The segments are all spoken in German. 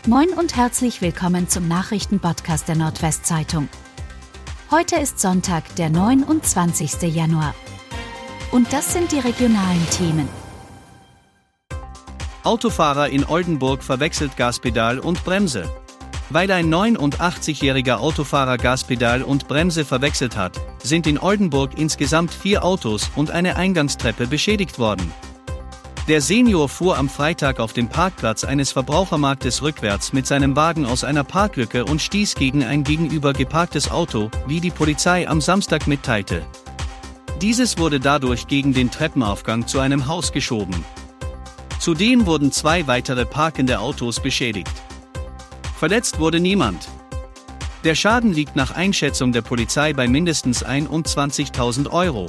Moin und herzlich willkommen zum Nachrichtenpodcast der Nordwestzeitung. Heute ist Sonntag, der 29. Januar. Und das sind die regionalen Themen. Autofahrer in Oldenburg verwechselt Gaspedal und Bremse. Weil ein 89-jähriger Autofahrer Gaspedal und Bremse verwechselt hat, sind in Oldenburg insgesamt 4 Autos und eine Eingangstreppe beschädigt worden. Der Senior fuhr am Freitag auf dem Parkplatz eines Verbrauchermarktes rückwärts mit seinem Wagen aus einer Parklücke und stieß gegen ein gegenüber geparktes Auto, wie die Polizei am Samstag mitteilte. Dieses wurde dadurch gegen den Treppenaufgang zu einem Haus geschoben. Zudem wurden 2 weitere parkende Autos beschädigt. Verletzt wurde niemand. Der Schaden liegt nach Einschätzung der Polizei bei mindestens 21.000 Euro.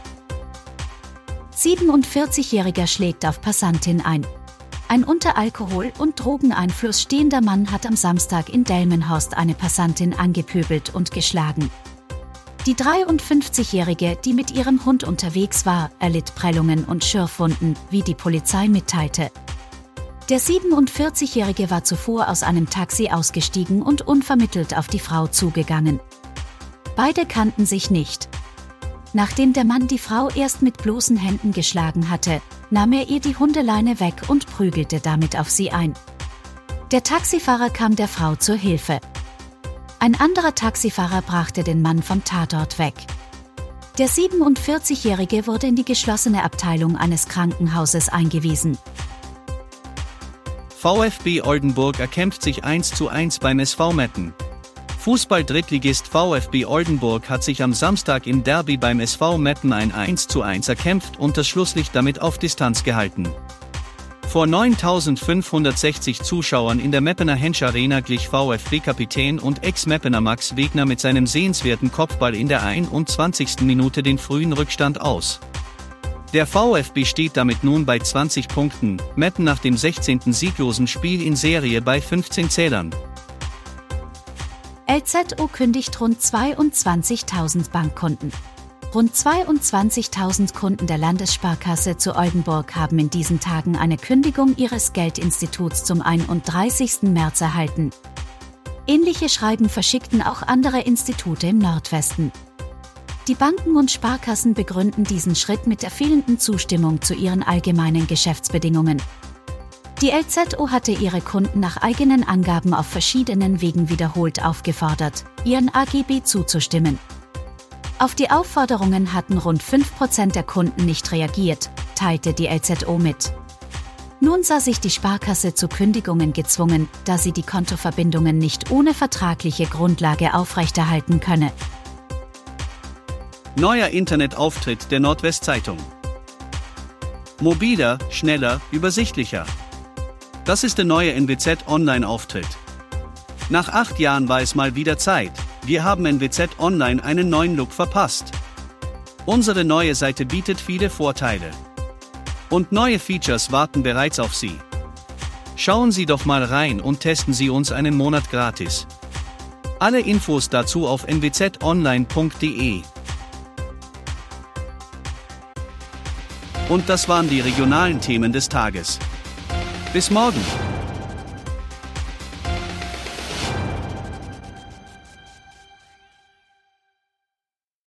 47-Jähriger schlägt auf Passantin ein. Ein unter Alkohol- und Drogeneinfluss stehender Mann hat am Samstag in Delmenhorst eine Passantin angepöbelt und geschlagen. Die 53-Jährige, die mit ihrem Hund unterwegs war, erlitt Prellungen und Schürfwunden, wie die Polizei mitteilte. Der 47-Jährige war zuvor aus einem Taxi ausgestiegen und unvermittelt auf die Frau zugegangen. Beide kannten sich nicht. Nachdem der Mann die Frau erst mit bloßen Händen geschlagen hatte, nahm er ihr die Hundeleine weg und prügelte damit auf sie ein. Der Taxifahrer kam der Frau zur Hilfe. Ein anderer Taxifahrer brachte den Mann vom Tatort weg. Der 47-Jährige wurde in die geschlossene Abteilung eines Krankenhauses eingewiesen. VfB Oldenburg erkämpft sich 1:1 beim SV Meppen. Fußball-Drittligist VfB Oldenburg hat sich am Samstag im Derby beim SV Meppen ein 1:1 erkämpft und das Schlusslicht damit auf Distanz gehalten. Vor 9.560 Zuschauern in der Meppener Hensch Arena glich VfB-Kapitän und Ex-Meppener Max Wegner mit seinem sehenswerten Kopfball in der 21. Minute den frühen Rückstand aus. Der VfB steht damit nun bei 20 Punkten, Meppen nach dem 16. sieglosen Spiel in Serie bei 15 Zählern. LZO kündigt rund 22.000 Bankkunden. Rund 22.000 Kunden der Landessparkasse zu Oldenburg haben in diesen Tagen eine Kündigung ihres Geldinstituts zum 31. März erhalten. Ähnliche Schreiben verschickten auch andere Institute im Nordwesten. Die Banken und Sparkassen begründen diesen Schritt mit der fehlenden Zustimmung zu ihren allgemeinen Geschäftsbedingungen. Die LZO hatte ihre Kunden nach eigenen Angaben auf verschiedenen Wegen wiederholt aufgefordert, ihren AGB zuzustimmen. Auf die Aufforderungen hatten rund 5% der Kunden nicht reagiert, teilte die LZO mit. Nun sah sich die Sparkasse zu Kündigungen gezwungen, da sie die Kontoverbindungen nicht ohne vertragliche Grundlage aufrechterhalten könne. Neuer Internetauftritt der Nordwestzeitung. Mobiler, schneller, übersichtlicher. Das ist der neue NWZ-Online-Auftritt. Nach 8 Jahren war es mal wieder Zeit. Wir haben NWZ Online einen neuen Look verpasst. Unsere neue Seite bietet viele Vorteile. Und neue Features warten bereits auf Sie. Schauen Sie doch mal rein und testen Sie uns einen Monat gratis. Alle Infos dazu auf nwzonline.de. Und das waren die regionalen Themen des Tages. Bis morgen!